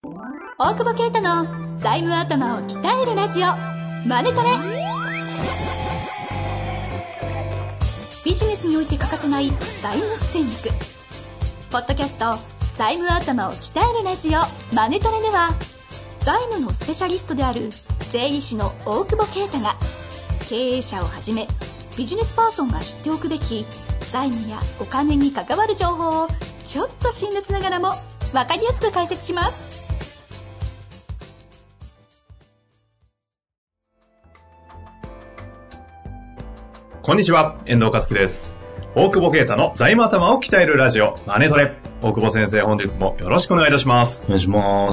大久保啓太の財務頭を鍛えるラジオマネトレ。ビジネスにおいて欠かせない財務戦略。ポッドキャスト財務頭を鍛えるラジオマネトレでは、財務のスペシャリストである税理士の大久保啓太が、経営者をはじめビジネスパーソンが知っておくべき財務やお金に関わる情報をちょっと辛辣ながらも分かりやすく解説します。 こんにちは、遠藤和樹です。大久保啓太の財務頭を鍛えるラジオマネトレ。大久保先生、本日もよろしくお願いいたします。 お願いします。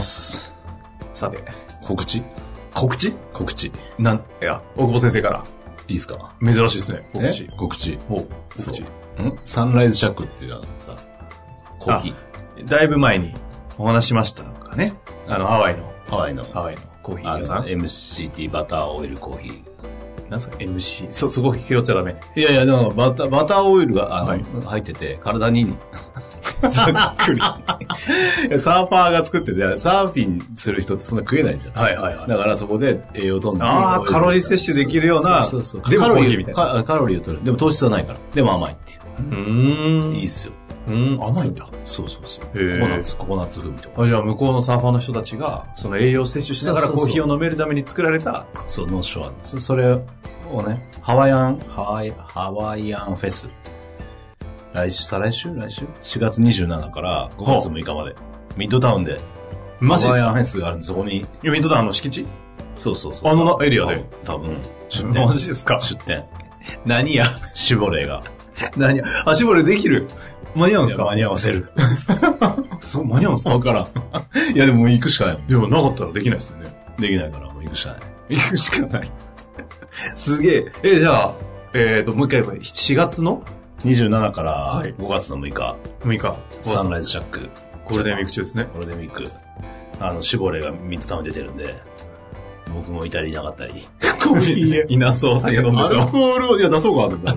さて、 告知いや、大久保先生からいいですか？ 珍しいですね。告知。 そう。サンライズシャックっていうさ、コーヒー。だいぶ前にお話しましたかね。ハワイのコーヒー屋さん。 MCT バターオイルコーヒー。 なんすか MC？ そこ拾っちゃダメ。 いや、でもバターオイルが入ってて、体にざっくり。サーファーが作ってて、サーフィンする人ってそんな食えないじゃん。 はい。 だからそこで栄養とんで。 カロリー摂取できるような。 そう。 でもコーヒーみたいな。 カロリーを取る。でも糖質はないから。でも甘いっていう。いいっすよ。 甘いんだ。 そう。ココナッツ風味とか。 じゃあ向こうのサーファーの人たちが、その栄養摂取しながらコーヒーを飲めるために作られた。 そう、ノーショア。それをね、ハワイアンフェス。再来週 ?4 月27から5月6日まで。ミッドタウンで。 マジですか？ ハワイアンフェスがあるんで、そこに。 ミッドタウンの敷地？ そう。 あのエリアで？ 多分。出店。 マジですか？ 出店。 何や？ シボレーが。 何や？絞れできる？間に合うんですか？ 間に合わせる。 そう、間に合うんですか？ わからん。いや、でも行くしかないもん。 でもなかったらできないですよね。 できないからもう行くしかない。 行くしかない。すげえ。じゃあ、もう一回言えば4月の 27から5月の6日。 6日。 サンライズシャック。 ゴールデンウィーク中ですね。 ゴールデンウィーク。シボレーがミッドタウンに出てるんで、僕もいたりいなかったり。 コーヒーいなそう、酒飲んでそう。 アルコールを、出そうかなと思った。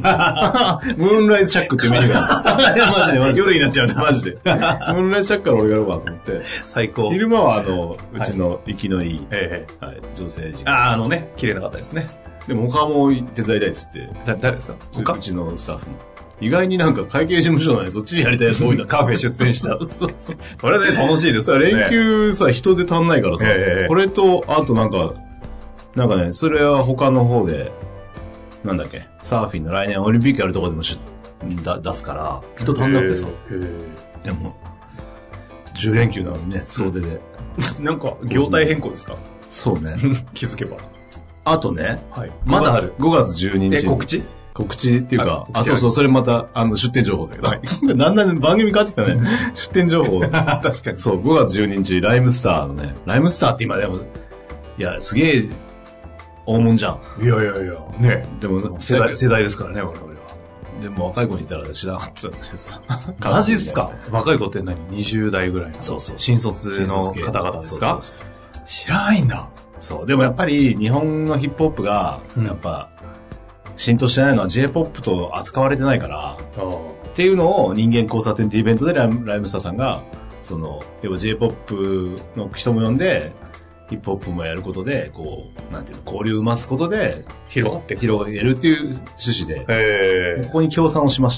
ムーンライズシャックっていうメニューがある。いや、マジで。 夜になっちゃうな。 マジで。ムーンライズシャックから俺やろうかと思って。 最高。 昼間はうちの息のいい、女性陣。 綺麗な方ですね。 でも他も手伝いたいっつって。 誰ですか？ うちのスタッフも。意外になんか会計事務所のね、そっちにやりたいやつ多いな。 カフェ出店した。 そう。 これで楽しいですよね。 連休さ、人で足んないからさ。これと、あとなんかね、それは他の方で、なんだっけ、サーフィンの来年オリンピックやるとこでも出すから、人足んなくてさ。でも、10連休なのにね、総出で。 なんか、業態変更ですか？ そうね。 気づけば。 あとね、 まだある。 5月12日。告知っていうか、そう、それまた、出店情報だけど。だんだん番組変わってきたね。出店情報。 確かに。 そう、5月12日、ライムスターのね、ライムスターって今でも、いや、すげえ、大物じゃん。 いや。ね。 でも、 世代ですからね、我々は。 でも若い子にいたら知らなかったんだけどさ。 マジっすか？若い子って何？ 20 代ぐらいの。 そう。 新卒の方々ですか？ そう。 知らないんだ。 そう。でもやっぱり日本のヒップホップが、やっぱ、浸透してないのは J-POP と扱われてないから、っていうのを人間交差点ってイベントでライムスターさんが、要は J-POP の人も呼んで、ヒップホップもやることで、こう、なんていうの、交流を生ますことで、広げるっていう趣旨で、ここに協賛をしまして。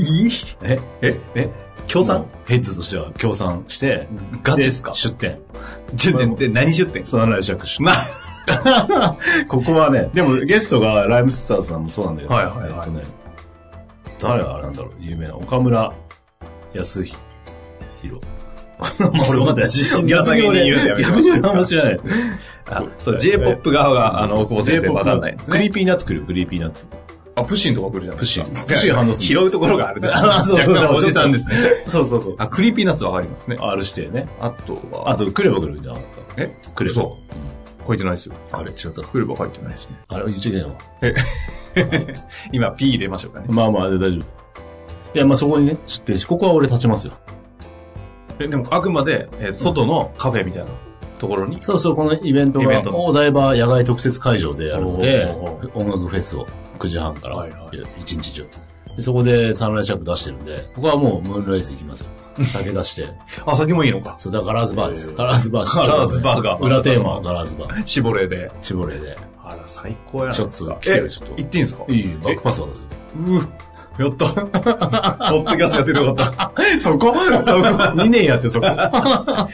協賛？ ヘッズとしては協賛して、 ガチですか？ 出店。 で、何出店？ サンライズシャック出店。ここはね、でもゲストがライムスターさんもそうなんだけど、誰がなんだろう、有名な岡村康弘。俺まだ自信逆にあんま知らない。 そう、J-POP 側が、大久保先生わかんないですね。 クリーピーナッツ来る、クリーピーナッツ。 プッシンとか来るじゃないですか。 プッシン反応する。 拾うところがあるですね。 そう。 おじさんですね。 そう。 クリーピーナッツわかりますね。 R 指定ね。 あと、 クレバ来るんじゃなかった。クレバ。 そう。書いてないですよ。 あれ、違った。 クレバ書いてないですね。 あれ、言っちゃいけないの？今、P 入れましょうかね。 まあ、大丈夫。いや、そこにね、出店し、ここは俺立ちますよ。 でも、あくまで、外のカフェみたいなところに。 そう、このイベントが、お台場野外特設会場でやるので、音楽フェスを9時半から、1日中でそこでサンライズシャック出してるんで、ここはもうムーンライズ行きますよ。酒出して。 あ、酒もいいのか。 そう、だからガラーズバーですよ。ガラーズバー。 ガラーズバーが。 裏テーマはガラーズバー。 シボレーで。 シボレーで。 あら、最高やな。 ちょっと来てよ、ちょっと。 行っていいんですか？ いい、バックパス渡すよ。 やった。ポッドキャストやっててよかった。 そこ ?2 年やってそこ。やった。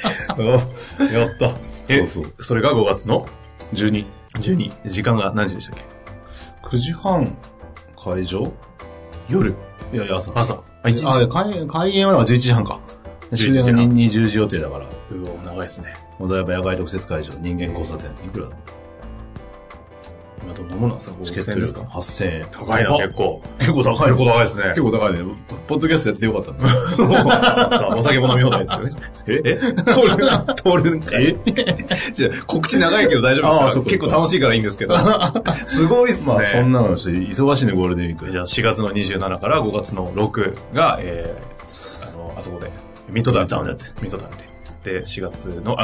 そう。それが5月の 12。 時間が何時でしたっけ？ 9時半会場？ 夜？ いや、朝。 開演は11時半か。終電が20時予定だから。 長いですね。 お台場野外特設会場、人間交差点。いくらだ？ 今どんなものなんですか？ チケットですか？8000円。 高いな、結構。 結構高い。 結構高いですね。 結構高いね。ポッドキャストやってよかったね。 お酒も飲み放題ですよね。通るんかい。じゃ告知長いけど大丈夫ですか？結構楽しいからいいんですけど。すごいっすね。 まあそんなのし、忙しいね、ゴールデンウィーク。 じゃあ4月の27から5月の6が、あそこで、ミッドタウンで。で、5月の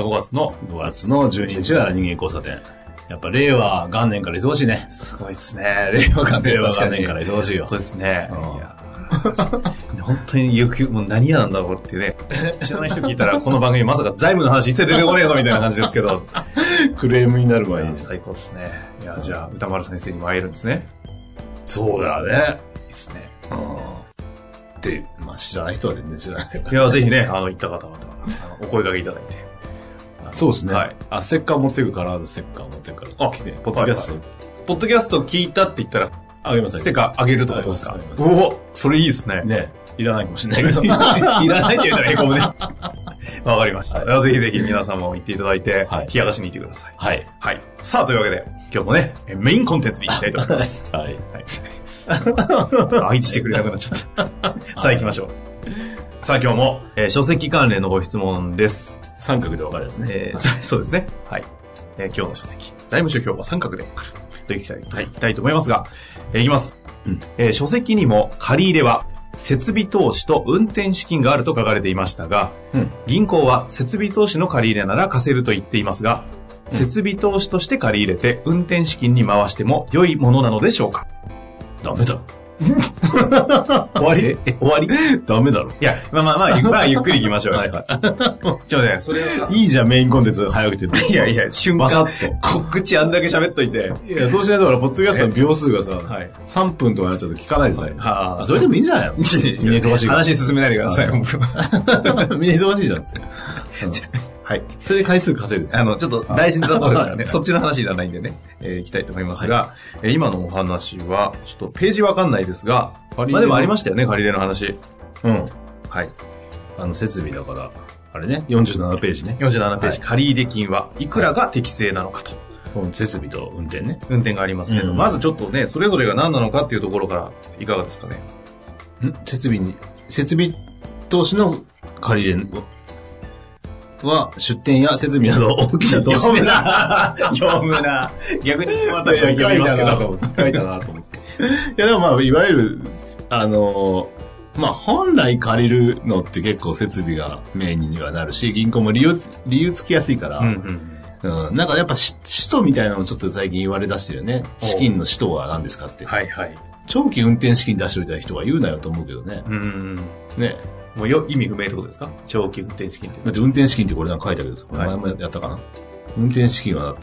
12日は人間交差点。やっぱ令和元年から忙しいね。 すごいっすね。令和元年から忙しいよ。 そうですね。本当によく、もう何屋なんだろうってね。知らない人聞いたら、この番組まさか財務の話一切出てこねえぞみたいな感じですけど。 クレームになる前に。 最高っすね。いや、じゃあ、歌丸先生にも会えるんですね。 そうだね。 いいっすね。 で、まあ知らない人は全然知らない。 いや、ぜひね、行った方々、お声掛けいただいて。 そうですね。はい。ステッカー持ってくから、ステッカー持ってくから。来て、ポッドキャスト。 ポッドキャスト聞いたって言ったら、 あげます。 ステッカーあげるとかですか？おそれいいですね。 ね。いらないかもしれないけど。 いらないって言ったらへこむね。わかりました。ぜひぜひ皆さんも行っていただいて、冷やかしに行ってください。 はい。 はい。さあ、というわけで、今日もね、メインコンテンツに行きたいと思います。 はい。 相手してくれなくなっちゃった。さあ、行きましょう。さあ、今日も、書籍関連のご質問です。 三角で分かるですね。 そうですね。はい。今日の書籍、財務諸表は三角で分かる。といきたいと思いますが、いきます。書籍にも借り入れは設備投資と運転資金があると書かれていましたが、銀行は設備投資の借り入れなら貸せると言っていますが、設備投資として借り入れて運転資金に回しても良いものなのでしょうか？ ダメだ。 終わりダメだろ。 いや、まあ、ゆっくり行きましょう。はい。それいいじゃん、メインコンテンツ早くて。 いや、瞬間。バサッと。告知あんだけ喋っといて。 いや、そうしないと、ポッドキャストの秒数がさ、3分とかになっちゃうと聞かないじゃない。それでもいいんじゃないの？みんな忙しい。 話進めないでください。みんな忙しいじゃんって。はい。それで回数稼いです。 ちょっと大事なところですからね。そっちの話いらないんでね、行きたいと思いますが、今のお話は、ちょっとページわかんないですが、まあでもありましたよね、借り入れの話。はい。 設備だから、あれね、47ページね。 47ページ、借入金はいくらが適正なのかと。 設備と運転ね。 運転がありますけど、まずちょっとね、それぞれが何なのかっていうところからいかがですかね。 設備投資の借り入れは、出店や設備など大きな投資。 読むな。逆にまた読みますけど。 書いたなと思って。いや、でもまあ、いわゆる、まあ、本来借りるのって結構設備がメインにはなるし、銀行も理由つきやすいから、なんかやっぱ使途みたいなのもちょっと最近言われ出してるよね。資金の使途は何ですかって。 はいはい。 長期運転資金出しておいた人は言うなよと思うけどね。ね。 もう意味不明ってことですか？長期運転資金って。 だって運転資金ってこれなんか書いてあるけど、前もやったかな。運転資金はだって、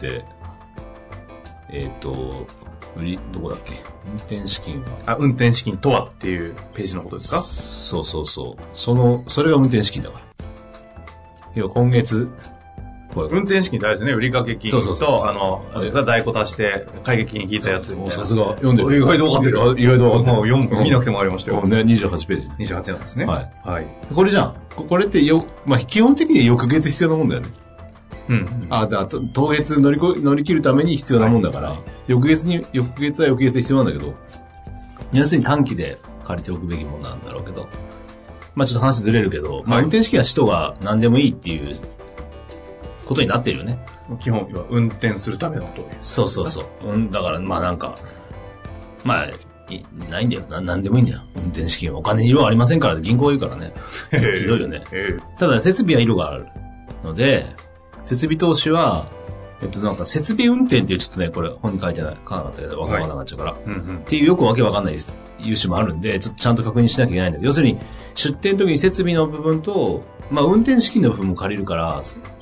どこだっけ？運転資金は。 運転資金とはっていうページのことですか？ そう。それが運転資金だから。要は今月、 運転資金ってあれですね、売掛金と、在庫足して、買撃金引いたやつ。 さすが、読んでる。 意外と分かってる。 意外と分かってる。 もう見なくてもありましたよ。 ね、28ページ。 28なんですね。 はい。これじゃん。これってまあ、基本的に翌月必要なもんだよね。当月乗り切るために必要なもんだから、翌月は翌月で必要なんだけど、要するに短期で借りておくべきものなんだろうけど、まあちょっと話ずれるけど、まあ運転資金は使途が何でもいいっていうことになってるよね。 基本は運転するためのことです。 そう。だからまあなんか、まあ、ないんだよ。なんでもいいんだよ。運転資金はお金に色はありませんから銀行は言うからね。ひどいよね。ただ設備は色があるので、設備投資は、なんか設備運転っていうちょっとね、これ本に書いてなかったけど、わからなくなっちゃうから。っていうよくわけわかんないです。 融資もあるんで、ちょっとちゃんと確認しなきゃいけないんだけど、要するに、出店の時に設備の部分と、まあ、運転資金の部分も借りるから、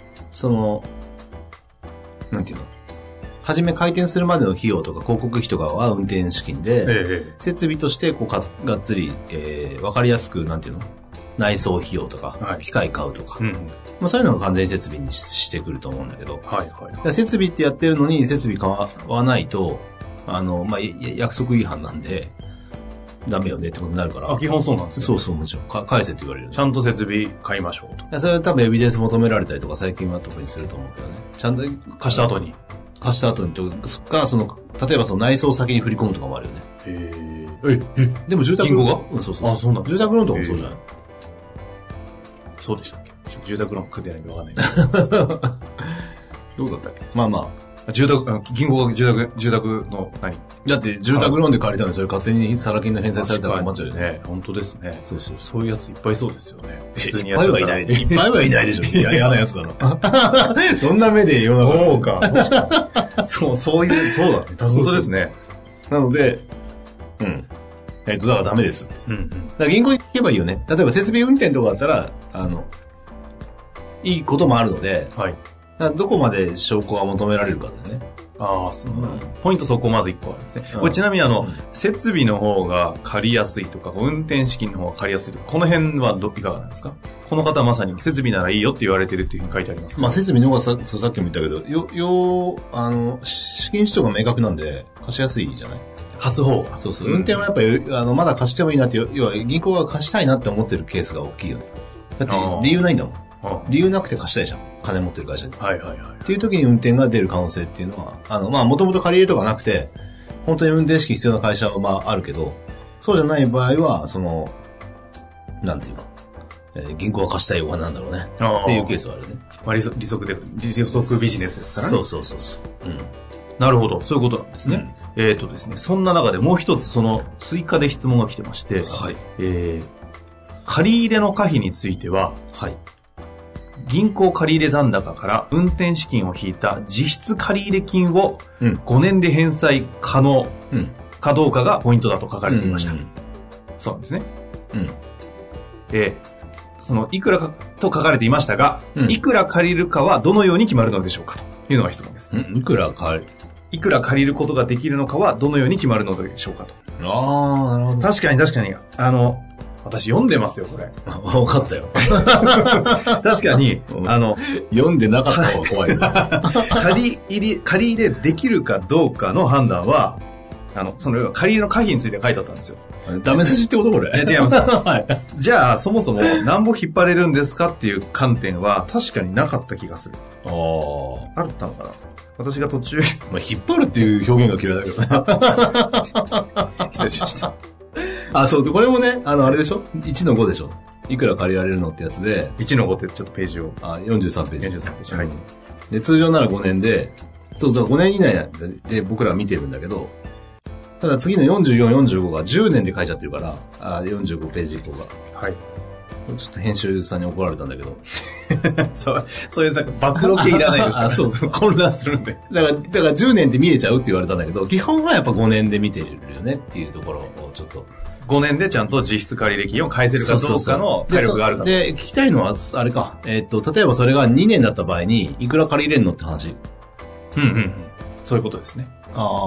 なんていうの、はじめ開店するまでの費用とか広告費とかは運転資金で、設備としてこうがっつり、わかりやすく、なんていうの、内装費用とか、はい、機械買うとか、まあ、そういうのが完全に設備にしてくると思うんだけど、はいはい、設備ってやってるのに設備買わないと、まあ、約束違反なんで、ダメよねってことになるから。 基本そうなんですね。 そう、もちろん。返せって言われる。 ちゃんと設備買いましょうと。 それは多分エビデンス求められたりとか最近は特にすると思うけどね。ちゃんと貸した後にそっから例えば内装を先に振り込むとかもあるよね。でも住宅銀行が？ そう。 そうなん住宅ローンとかもそうじゃない？ そうでしたっけ？住宅ローン組んでないんでわかんない。どうだったっけ？まあ。銀行が住宅のだって住宅ローンで借りたのにそれ勝手にサラ金の返済されたら困っちゃうよね。 本当ですね。 そういうやついっぱいそうですよね。 普通にやっちゃったら。いっぱいはいないでしょ。嫌なやつだな。そんな目で世の中。 そうか。そうだね。本当ですね。 なので、だからダメです。だから銀行に行けばいいよね。例えば設備運転とかだったら、いいこともあるので、はい。どこまで証拠が求められるかだよね。 ポイントそこまず1個あるんですね。これちなみに設備の方が借りやすいとか、運転資金の方が借りやすいとか、この辺はいかがなんですか？この方はまさに設備ならいいよって言われてるっていうふうに書いてありますか？ まあ設備の方がさっきも言ったけど、資金主張が明確なんで貸しやすいじゃない？ 貸す方が。 そう。運転はやっぱり、まだ貸してもいいなって、要は銀行が貸したいなって思ってるケースが大きいよね。だって理由ないんだもん。理由なくて貸したいじゃん。金持ってる会社で。はい。っていう時に運転が出る可能性っていうのは、まあ、もともと借り入れとかなくて、本当に運転資金必要な会社はまああるけど、そうじゃない場合は、なんていうの、銀行が貸したいお金なんだろうね。っていうケースはあるね。 まあ、利息ビジネスですからね。 そう。 なるほど。そういうことなんですね。ですね、そんな中でもう一つ追加で質問が来てまして、はい。借り入れの可否については、はい。銀行借入残高から運転資金を引いた実質借入金を5年で返済可能かどうかがポイントだと書かれていました。そうなんですね。いくらかと書かれていましたが、いくら借りるかはどのように決まるのでしょうかというのが質問です。 いくら借りることができるのかはどのように決まるのでしょうかと。 なるほど。 確かに。私読んでますよ、それ。 分かったよ。 確かに、 読んでなかった方が怖い、 ね。借り入れできるかどうかの判断は、借り入れの可否について書いてあったんですよ。 ダメ出しってことこれ？ 違います。はい。じゃあ、そもそも何本引っ張れるんですかっていう観点は確かになかった気がする。あったのかな？私が途中。 まあ、引っ張るっていう表現が嫌いだけどね。 失礼しました。 そう、これもね、あれでしょ ?1 の5でしょいくら借りられるのってやつで。 1の5ってちょっとページを。 43ページ。 43ページ。はい。 で、通常なら5年で、5年以内で僕らは見てるんだけど、ただ次の44、45が10年で書いちゃってるから、45ページ以降が。はい。ちょっと編集さんに怒られたんだけど。 そういう暴露系いらないですから、ね。そう。混乱するんで。 だから10年って見えちゃうって言われたんだけど、基本はやっぱ5年で見てるよねっていうところをちょっと。 5年でちゃんと実質借入金を返せるかどうかの体力があるかで、聞きたいのは、あれか。例えばそれが2年だった場合に、いくら借りれるのって話。 そういうことですね。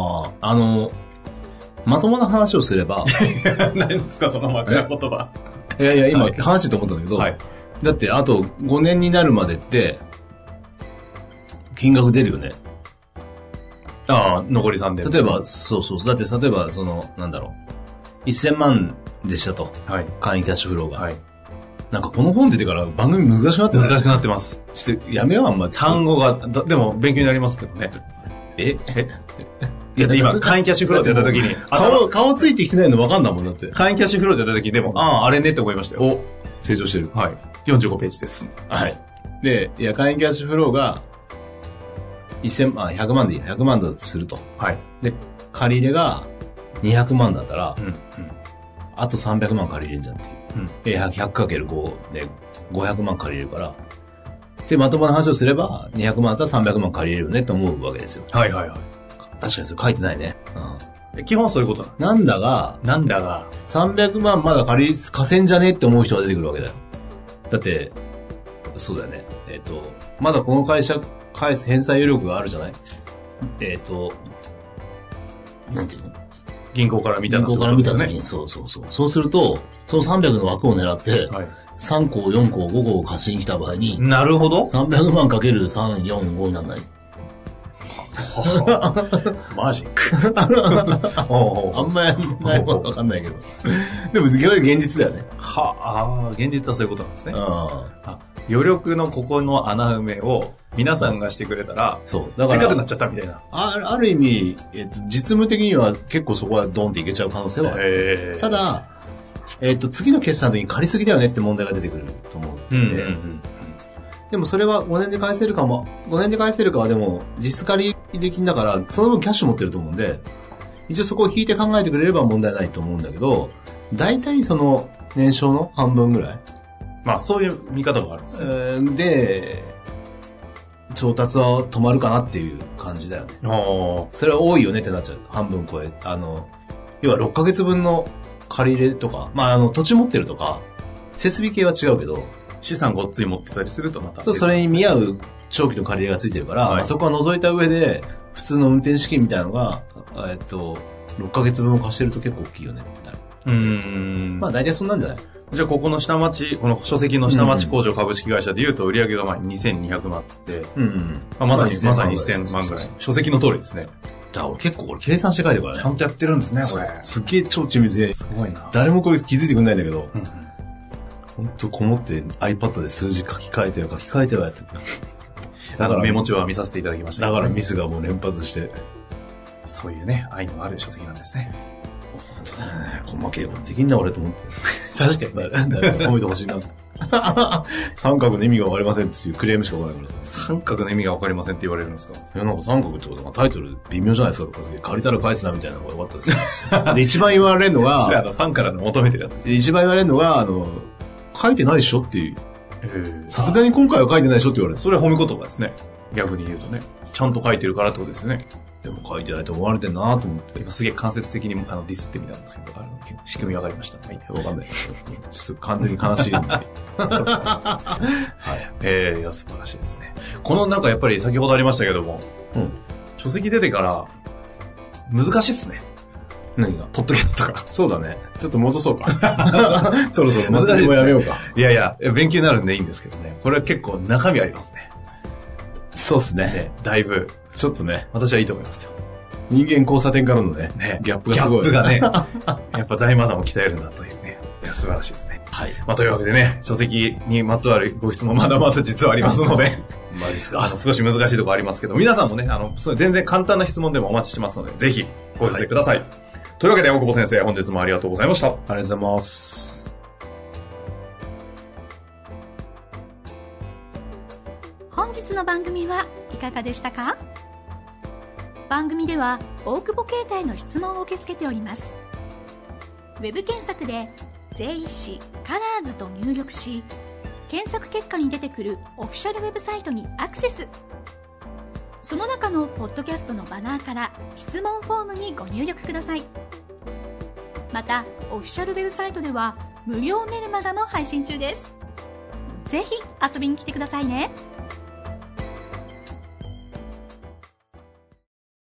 まともな話をすれば。 何ですか、その枕言葉。 いや、今、話と思ったんだけど。はい。だって、あと5年になるまでって、金額出るよね。 残り3年。 例えば、そう。だって、例えば、なんだろう。1000万でしたと。はい。簡易キャッシュフローが。はい。なんかこの本出てから番組難しくなってない？ 難しくなってます。 ちょっとやめよう、あんま。 単語が、でも勉強になりますけどね。いや、今、簡易キャッシュフローってやった時に。 顔ついてきてないの分かんだもんだって。 簡易キャッシュフローってやった時に、でも、あれねって思いましたよ。 成長してる。 はい。45ページです。 はい。で、簡易キャッシュフローが、100万でいい。100万だとすると。はい。で、借り入れが200万だったら、あと300万借り入れんじゃんっていう。100×5 で500万借りれるから、で、まともな話をすれば、200万だったら300万借りれるよねって思うわけですよ。 はい。 確かにそれ書いてないね。 基本そういうことなんだが、300万まだ貸せんじゃねって思う人が出てくるわけだよ。だって、そうだよね。まだこの会社返す返済余力があるじゃない？なんていうの？ 銀行から見たら、 銀行から見たときに、そう。そうすると、その300の枠を狙って、はい、3項、4項、5項を貸しに来た場合に、 なるほど。 300万かける3、4、5にならない。 マジック。 あんまりないものわかんないけど。でも、現実だよね。 現実はそういうことなんですね。余力のここの穴埋めを皆さんがしてくれたら、 だから、 でかくなっちゃったみたいな。 ある意味、実務的には結構そこはドンっていけちゃう可能性はある。ただ、次の決算の時に借りすぎだよねって問題が出てくると思うので、でもそれは5年で返せるかはでも実質借りできんだから、その分キャッシュ持ってると思うんで、一応そこを引いて考えてくれれば問題ないと思うんだけど、大体その年商の半分ぐらい。 まあそういう見方もあるんですね。 で、調達は止まるかなっていう感じだよね。それは多いよねってなっちゃう。半分超え。要は6ヶ月分の借り入れとか、土地持ってるとか、設備系は違うけど、 資産ごっつい持ってたりするとまた。 それに見合う長期の借り入れがついてるから、そこは除いた上で、普通の運転資金みたいなのが、6ヶ月分を貸してると結構大きいよねってなる。大体そんなんじゃない？ じゃあここの下町、この書籍の下町工場株式会社でいうと売上が2200万で、まさに1000万ぐらい。書籍の通りですね。 じゃあ結構これ計算して書いてるからね。 ちゃんとやってるんですね、これ。 すっげえ超緻密で。 すごいな。 誰もこれ気づいてくんないんだけど、ほんとこもって iPad で数字書き換えてはやってて。 だからメモ帳は見させていただきました。 だからミスがもう連発して。 そういうね、愛のある書籍なんですね。 本当だね。細けいことできんな俺と思って。 確かに。 誰か褒めてほしいな。三角の意味がわかりませんっていうクレームしか来ないから。 三角の意味がわかりませんって言われるんですか？ いや、なんか三角ってことがタイトル微妙じゃないですかとか、借りたら返すなみたいなのが良かったですよ。で、一番言われるのが、 ファンからの求めてるやつです。 一番言われるのが、書いてないでしょっていう。さすがに今回は書いてないでしょって言われる。 それは褒め言葉ですね。逆に言うとね。ちゃんと書いてるからってことですよね。 でも書いてないと思われてんなと思って。 今すげえ間接的にディスってみたんですけど、仕組み分かりました。はい。 わかんない。ちょっと完全に悲しいんで。 はい。いや、素晴らしいですね。このなんかやっぱり先ほどありましたけども、書籍出てから難しいっすね。 何が？ ポッドキャストか。 そうだね。ちょっと戻そうか。そろそろ難しいですね。もうやめようか。 いや、勉強になるんでいいんですけどね。これは結構中身ありますね。 そうっすね。 だいぶ。 ちょっとね。 私はいいと思いますよ。 人間交差点からのね、ギャップがすごい。 ギャップがね、やっぱ財務頭も鍛えるんだというね。いや、素晴らしいですね。 はい。 というわけでね、書籍にまつわるご質問まだまだ実はありますので。 マジですか。 少し難しいところありますけど、皆さんもね、全然簡単な質問でもお待ちしてますので、ぜひご寄せください。というわけで、大久保先生、本日もありがとうございました。ありがとうございます。 本日の番組はいかがでしたか？番組では大久保携帯の質問を受け付けております。ウェブ検索で税理士カラーズと入力し、検索結果に出てくるオフィシャルウェブサイトにアクセス。その中のポッドキャストのバナーから質問フォームにご入力ください。またオフィシャルウェブサイトでは無料メルマガも配信中です。ぜひ遊びに来てくださいね。